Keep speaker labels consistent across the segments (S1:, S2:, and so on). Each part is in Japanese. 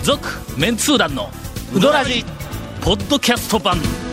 S1: 続メンツー団のウドラジポッドキャスト版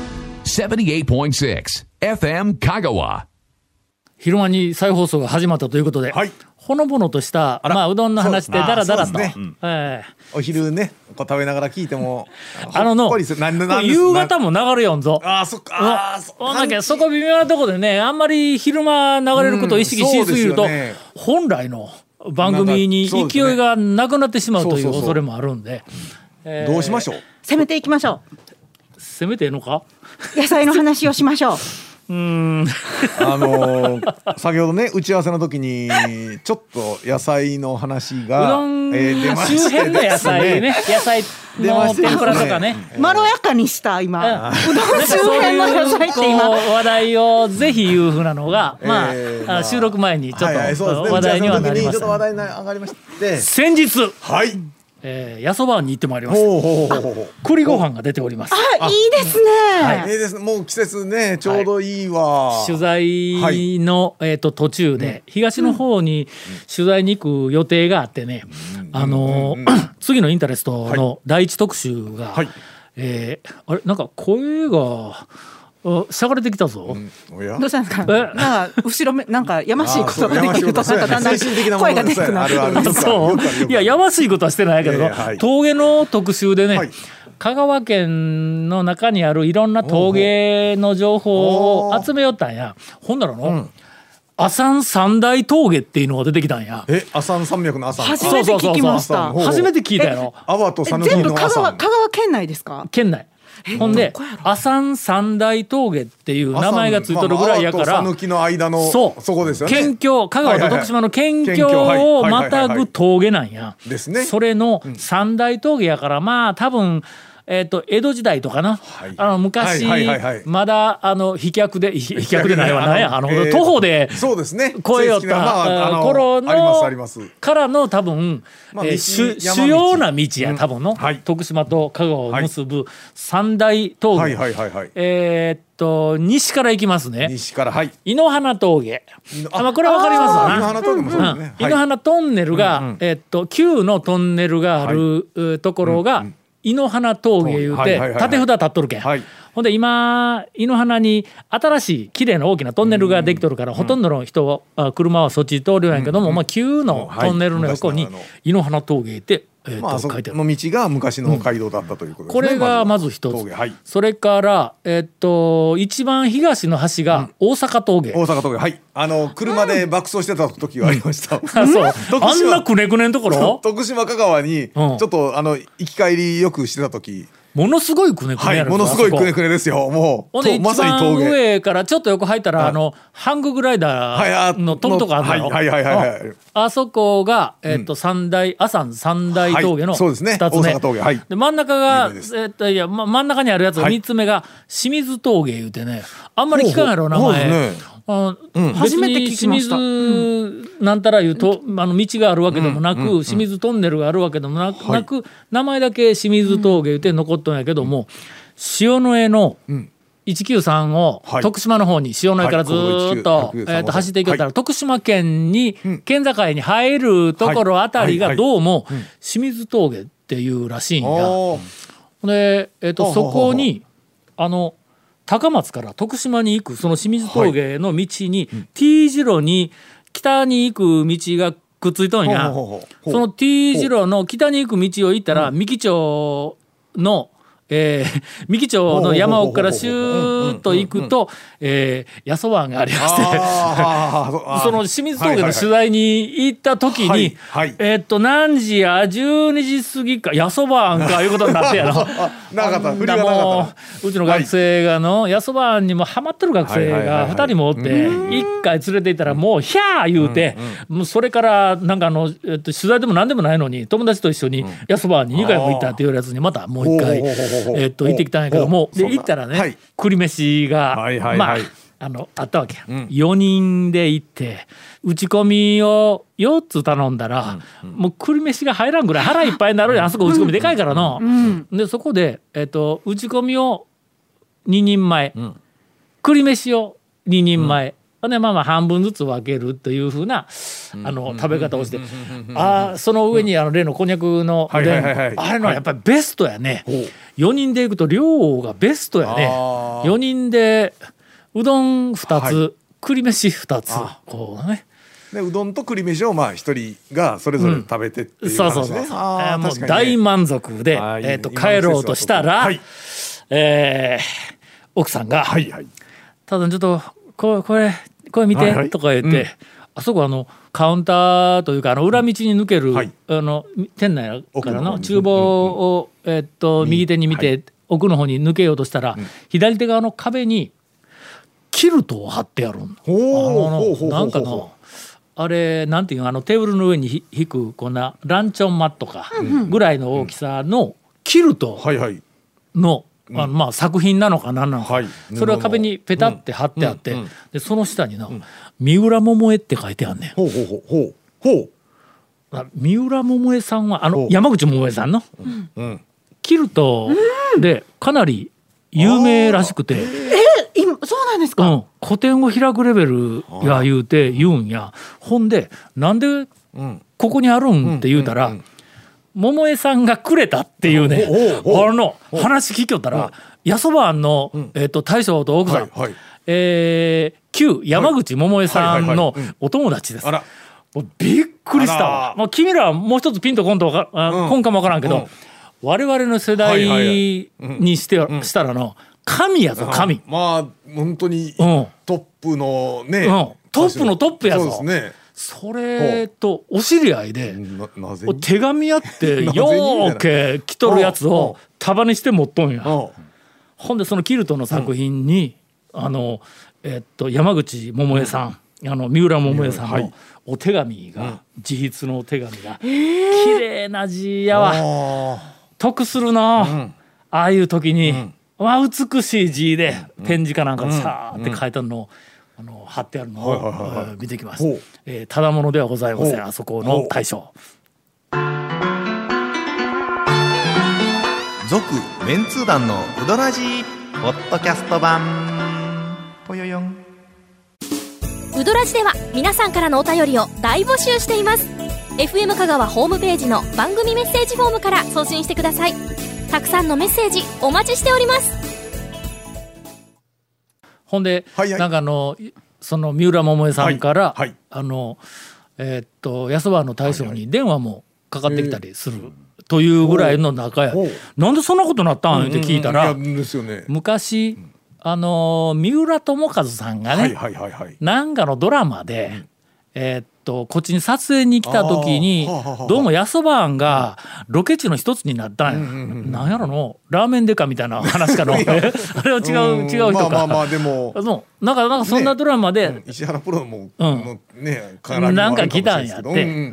S2: 78.6 FM 香川。
S3: 昼間に再放送が始まったということで、
S4: はい
S3: ほのぼのとした、うどんの話でダラダラと、
S4: そうですねお昼ねこう食べながら聞いても
S3: の
S4: ほっこりする
S3: 夕方も流れよんぞ。
S4: そっか
S3: なんかそこ微妙なとこでね、あんまり昼間流れることを意識しすぎると、本来の番組に勢いがなくなってしまうという恐れもあるんで、
S4: どうしましょう。
S5: 攻めていきましょ
S3: 攻めてええのか。
S5: う。野菜の話をしましょう。
S4: 先ほどね打ち合わせの時にちょっと野菜の話が
S3: うどん
S4: 出まして
S3: 周辺の野菜ね、野菜の天ぷらとかね、
S5: まろやかにした今、うどん周辺の野菜って今
S3: 話題をぜひ言うふうなのが、収録前にちょっと話題にはなりました、
S4: 話題に上がりまして、
S3: 先日
S4: はい
S3: やそばに行ってまいりました。栗ご飯が出ております。
S5: いいですね、
S4: です。もう季節ねちょうどいいわ、
S3: 取材の、途中で、東の方に取材に行く予定があってね、次のインタレストの第一特集が、あれなんか声がしゃがれてきたぞ、
S5: どうしたんですか。なんか後ろめなんかやましいことができるとなんかだんだん声が出なくなってくる。
S3: そういややましいことはしてないけど、峠の特集でね、香川県の中にあるいろんな峠の情報を集めよったんや。ほんならの、阿寒三大峠っていうのが出てきたんや。
S4: 阿寒山脈の阿寒。
S5: 初めて聞きました。
S3: 初めて聞いたやろ。
S4: 阿波と讃岐
S5: 全部
S4: の阿寒。
S5: 香川県内ですか。
S3: 県内。ほんで阿寒三大峠っていう名前がついとるぐらいやから、
S4: 阿波と讃岐の間のそこですよね。
S3: 県境、香川と徳島の県境をまたぐ峠なんや。
S4: ですね。
S3: それの三大峠やから、多分江戸時代とかな、昔、まだ飛脚でないわなや、徒歩で越えよった頃のからの多分、主要な道や、多分の、徳島と香川を結ぶ三大峠、西から行きますね。
S4: 西から
S3: 井の花峠、これはわかりますわな。
S4: 井の花峠もそうですね。
S3: 井の花トンネルが、旧のトンネルがあるところが井の花峠いうて縦札立っとるけん、ほんで今井の花に新しい綺麗な大きなトンネルができとるから、ほとんどの人は車はそっち通るんやけども、旧のトンネルの横に井の花峠って書いてある。
S4: その道が昔の街道だったということですね。
S3: これがまず一つ、それから一番東の端が大阪峠。
S4: 大阪峠、車で爆走してた時がありました。
S3: そうあんなくねくねのところ
S4: 徳島香川にちょっと行き帰りよくしてた時、
S3: ものすごいくねくねやる、
S4: ものすごいくねくねですよ。もう
S3: まさに峠、上からちょっと横入ったら、ハンググライダーの飛ぶとこあるのよ。あそこが三大阿寒三大峠の2つ目で、真ん中が真ん中にあるやつが3つ目が清水峠いうてね、あんまり聞かんやろ名前。
S5: 初めて聞きました。
S3: 清水なんたらいうと道があるわけでもなく、清水トンネルがあるわけでもなく、名前だけ清水峠いうて残っとんやけども、塩の江の193を徳島の方に塩の江からずっと走っていけたら、徳島県に県境に入るところあたりがどうも清水峠っていうらしいんや。でそこに高松から徳島に行くその清水峠の道に T 字路に北に行く道がくっついとんや。その T 字路の北に行く道を行ったら、三木町の三木町の山奥からシューッと行くと八十湾がありまして、その清水峠の取材に行った時に何時や12時過ぎか八十湾かいうことになってやろ。もううちの学生が八十湾にもハマってる学生が2人もおって、1回連れて行ったらもうヒャー言うて、もうそれからなんか取材でも何でもないのに友達と一緒に八十湾に2回も行ったっていうやつにまたもう1回行ってきたんやけども、で行ったらね、栗飯があったわけや、4人で行って打ち込みを4つ頼んだら、もう栗飯が入らんぐらい腹いっぱいになるやん。あそこ打ち込みでかいからの、でそこで、打ち込みを2人前、栗飯を2人前、 でまあ半分ずつ分けるというふうな食べ方をして、その上に例のこんにゃくのおでん、あれのやっぱりベストやね。4人でいくと量がベストやね。4人でうどん2つ、栗飯2つこうね。
S4: でうどんと栗飯を一人がそれぞれ食べてっていう話ね。
S3: もう大満足で、帰ろうとしたら、奥さんが、ただちょっとこれ見て、とか言って、あそこカウンターというか裏道に抜ける、店内からの厨房を、右手に見て、奥の方に抜けようとしたら、左手側の壁にキルトを貼ってやるなんかのあれなんていうテーブルの上に引くこんなランチョンマットかぐらいの大きさのキルトの作品なのか何なのか、それは壁にペタって貼ってあって、でその下に三浦桃江って書いてあんねん。三浦桃江さんは山口百恵さんのキルトでかなり有名らしくて、
S5: そうなんですか。
S3: 個展を開くレベルや言うんや。ほんでなんでここにあるんって言うたら、桃江さんがくれたっていうね、話聞きよったら、やそばの大将と奥さん、旧山口百恵さんのお友達です。びっくりしたわ。君らはもう一つピンとこんかもわからんけど、我々の世代にしたら神やぞ神。
S4: 本当にトップのね、
S3: トップのトップやぞ。それとお知り合いで手紙やってよーけ来とるやつを束にして持っとんや。ほんでそのキルトの作品に山口百恵さん、三浦桃江さんのお手紙が、自筆のお手紙が綺麗な字やわ。得するな、ああいう時に。美しい字でペン字かなんかでさーって書いてあるのを貼ってあるのを見てきます。ただものではございません、あそこの大将。
S6: 続メンツー団のウドラジポッドキャスト版ぽよよん。
S7: ウドラジでは皆さんからのお便りを大募集しています。 FM 香川ホームページの番組メッセージフォームから送信してください。たくさんのメッセージお待ちしております。
S3: ほんで、なんかその三浦桃江さんから、やそばの大将に電話もかかってきたりするというぐらいの仲や。なんでそんなことなったんって聞いたら、昔三浦友和さんがね、なんかのドラマでこっちに撮影に来た時にどうもやそば庵がロケ地の一つになったんや。なんやろのラーメンデカみたいな話かのあれは違う人か。
S4: でも
S3: なんかそんなドラマで
S4: 石原プロも
S3: なんか来たんやって。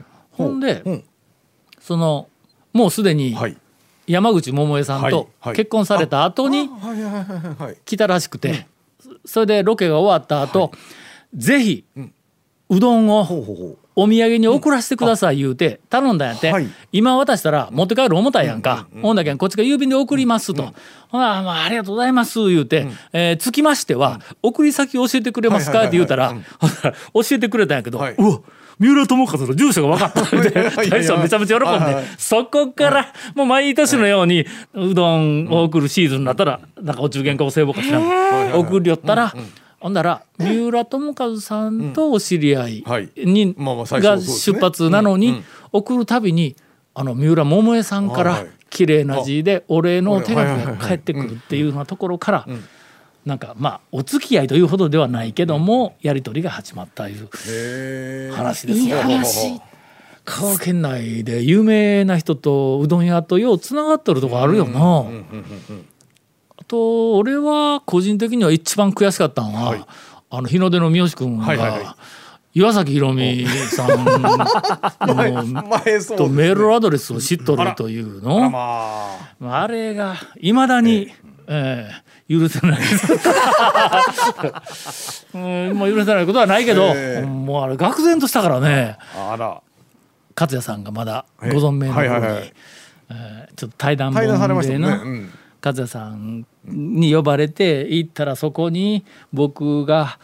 S3: ほんでもうすでに山口百恵さんと結婚された後に来たらしくて、それでロケが終わった後、ぜひうどんをお土産に送らせてください言うて頼んだんやって。今渡したら持って帰る重たいやんか。ほんだけんこっちが郵便で送りますと。ありがとうございます言うて、つきましては送り先教えてくれますかって言うたら教えてくれたんやけど、うわ三浦友和の住所が分かったって大将めちゃめちゃ喜んで、そこからもう毎年のようにうどんを送るシーズンになったらなんかお中元かお歳暮かしらん送りよったら、ほんだら三浦友和さんとお知り合いにが出発なのに送るたびに三浦桃江さんから綺麗な字でお礼のお手紙が返ってくるっていうようなところからなんかお付き合いというほどではないけどもやり取りが始まったいう話ですよ。香川県内で有名な人とうどん屋とようつながっとるとこあるよな。あと俺は個人的には一番悔しかったのは、日の出の三好君が岩崎宏美さんのとメールアドレスを知っとるというの、あれがいまだに、許せないもう許せないことはないけど、もうあれ愕然としたからね。勝也さんがまだご存命の頃に、ちょっと対談本での勝也さんに呼ばれて行ったら、そこに僕が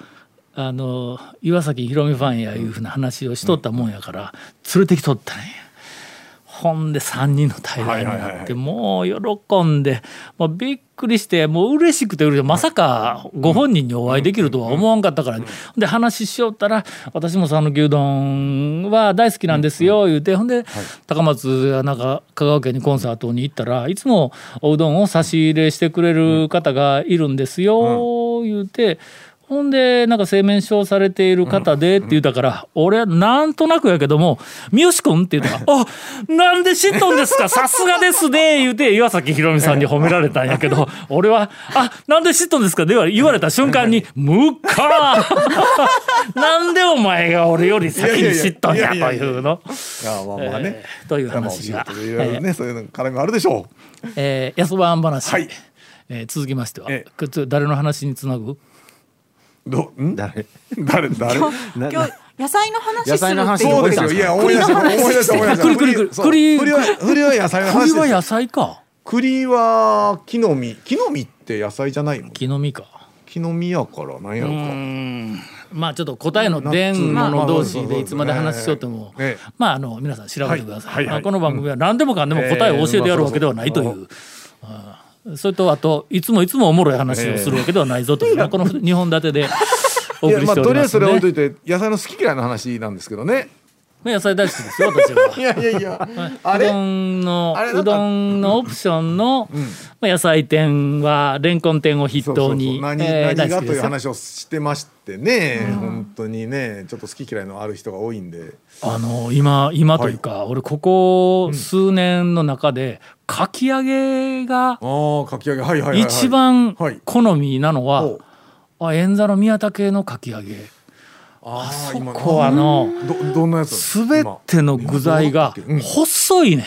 S3: 岩崎宏美ファンやいうふうな話をしとったもんやから、連れてきとったんや。ほんで3人の対談になって、もう喜んで、もうびっくりして、もう嬉しくてまさかご本人にお会いできるとは思わんかったから、で話しよったら、私も讃岐うどんは大好きなんですよ言うて、ほんで高松やなんか香川県にコンサートに行ったら、いつもおうどんを差し入れしてくれる方がいるんですよ言うて、ほんでなんか製麺所されている方でって言ったから、俺はなんとなくやけども三好君って言ったらあなんで知っとんですかさすがですね言うて岩崎宏美さんに褒められたんやけど、俺はなんで知っとんですかで言われた瞬間にむっかなんでお前が俺より先に知っとんやというのという話が
S4: いろいろね、そういうの絡みあるでしょう。
S3: 安場庵話、続きましては、誰の話につなぐ？
S4: 誰
S5: 今日野菜の話するっていう。
S4: そうですよ。いや思い出した栗は野菜の話です。
S3: 栗は野菜か。
S4: 栗は木の実って野菜じゃないもん。
S3: 木の実か。
S4: 木の実やからなんやろか。
S3: まあちょっと答えの出んもの同士でいつまで話しようとも、まあ皆さん調べてください。この番組は何でもかんでも答えを教えてやるわけではないという。それとあといつもおもろい話をするわけではないぞという、この2本立てでお送りしておりますので、
S4: とりあえずそれ置いといて野菜の好き嫌いの話なんですけどね。
S3: 野菜大好きですよ私は。
S4: いや
S3: うどんのオプションの野菜店はレンコン店を筆頭に
S4: 何がという話をしてましてね、本当にねちょっと好き嫌いのある人が多いんで、
S3: 今というか、俺ここ数年の中でかき揚げが一番好みなのは円座の宮田系のかき揚げ。あそこは
S4: どんなやつ？
S3: すべての具材が細いね。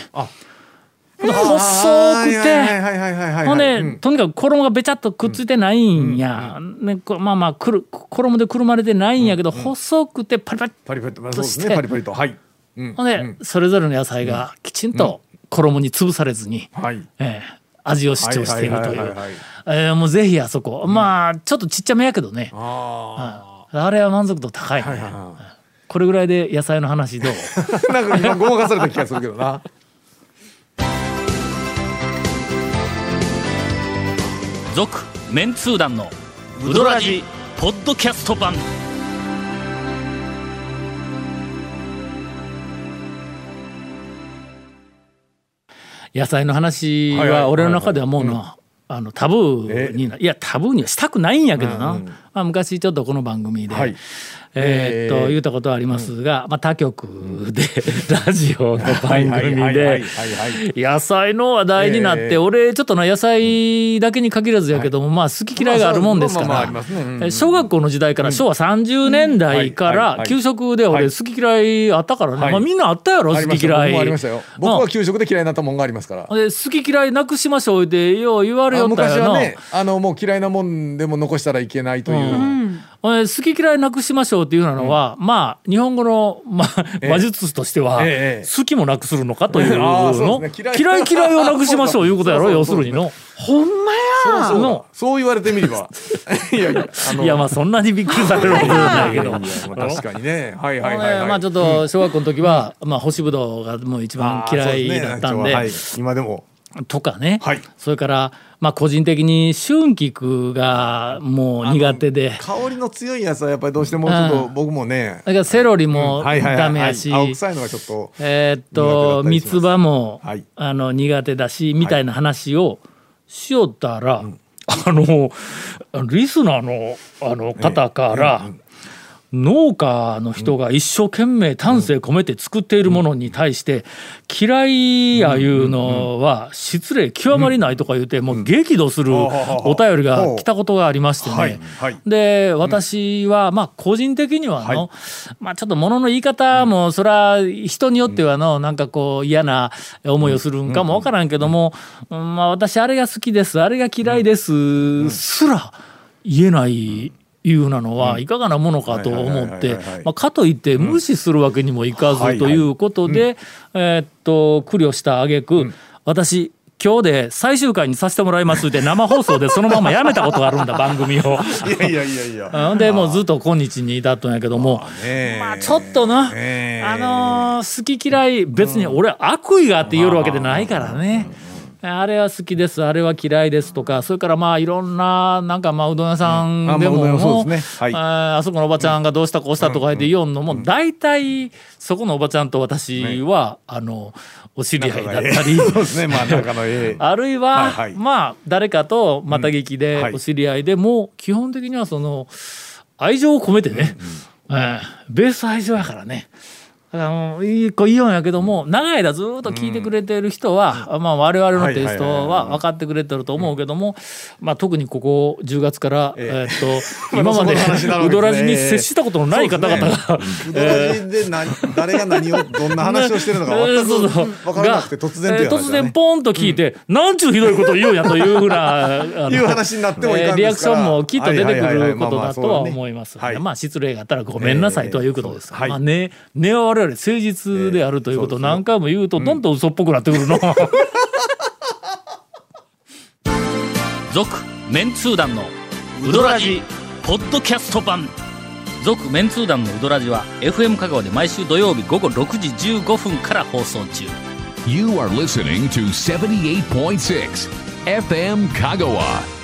S3: 細くて、ほんでとにかく衣がべちゃっとくっついてないんや。まあ衣でくるまれてないんやけど、細くてパリパリとして、ほんでそれぞれの野菜がきちんと衣に潰されずに味を主張しているという。もうぜひあそこ、まあちょっとちっちゃめやけどね。あれは満足度高いね。これぐらいで野菜の話どう？
S4: なんか今ごまかされた気がするけどな。
S1: 続メンツー団のウドラジポッドキャスト版。
S3: 野菜の話は俺の中ではもうタブーにいやタブーにはしたくないんやけどな、昔ちょっとこの番組で、言ったことはありますが、他局でラジオの番組で野菜の話題になって、俺ちょっと野菜だけに限らずやけども、好き嫌いがあるもんですから、小学校の時代から昭和30年代から給食で俺好き嫌いあったからね。みんなあったやろ好き嫌い。
S4: 僕は給食で嫌いになったもんがありますから。
S3: 好き嫌いなくしましょうってよう言われよったよな。
S4: 昔はね、もう嫌いなもんでも残したらいけないという、
S3: 好き嫌いなくしましょうっていうのは、日本語の、魔術としては、好きもなくするのかというの、嫌いをなくしましょういうことやろ要するにの。
S5: ほんまや
S4: そう言われてみれば
S3: いやそんなにびっくりされることじゃないけど
S4: 確かにね。
S3: ちょっと小学校の時は、干しぶどうがもう一番嫌いだったんで、
S4: 今でも
S3: とかね、それから個人的に春菊がもう苦手で、
S4: 香りの強いやつはやっぱりどうしてもちょっと僕もね、
S3: だからセロリもダメやし、
S4: 青臭いのがちょっと
S3: 三つ葉も苦手だしみたいな話をしよったら、リスナーの方から農家の人が一生懸命丹精込めて作っているものに対して嫌いやいうのは失礼極まりないとか言うて、もう激怒するお便りが来たことがありましてね。で私は個人的にはちょっと物の言い方もそれは人によってはなんかこう嫌な思いをするんかもわからんけども、私あれが好きですあれが嫌いですすら言えないいうなのはいかがなものかと思って、かといって無視するわけにもいかずということで、苦慮した挙句、私今日で最終回にさせてもらいますって生放送でそのままやめたことがあるんだ番組を。
S4: いや
S3: でもうずっと今日に至ったんやけども、まあちょっとな、好き嫌い別に俺悪意があって言えるわけでないからね。あれは好きです、あれは嫌いですとか、それからまあいろんななんかまあうどん屋さんでも、あそこのおばちゃんがどうしたこうしたとかで言おんのも大体そこのおばちゃんと私はお知り合いだったり、あるいはまあ誰かとまた劇でお知り合いでも基本的にはその愛情を込めてね、ベース愛情やからね。いいよんやけども、長い間ずっと聞いてくれてる人は、まあ我々のテイストは分かってくれてると思うけども、まあ特にここ10月から今までうどらじに接したことのない方々が
S4: うどらじで誰が何をどんな話をしてるのか全く分からなくて突然
S3: ポンと聞いて、なんちゅうひどいことを言うんやというふうな
S4: いう話になってもいかんですから、
S3: リアクションもきっと出てくることだとは思います。まあ失礼があったらごめんなさいということです。まあねは我々誠実であるということを何回も言うとどんどん嘘っぽくなってくるの。
S1: 続メンツー団のウドラジポッドキャスト版。続メンツー団のウドラジは FM 香川で毎週土曜日午後6時15分から放送中。
S2: You are listening to 78.6 FM 香川。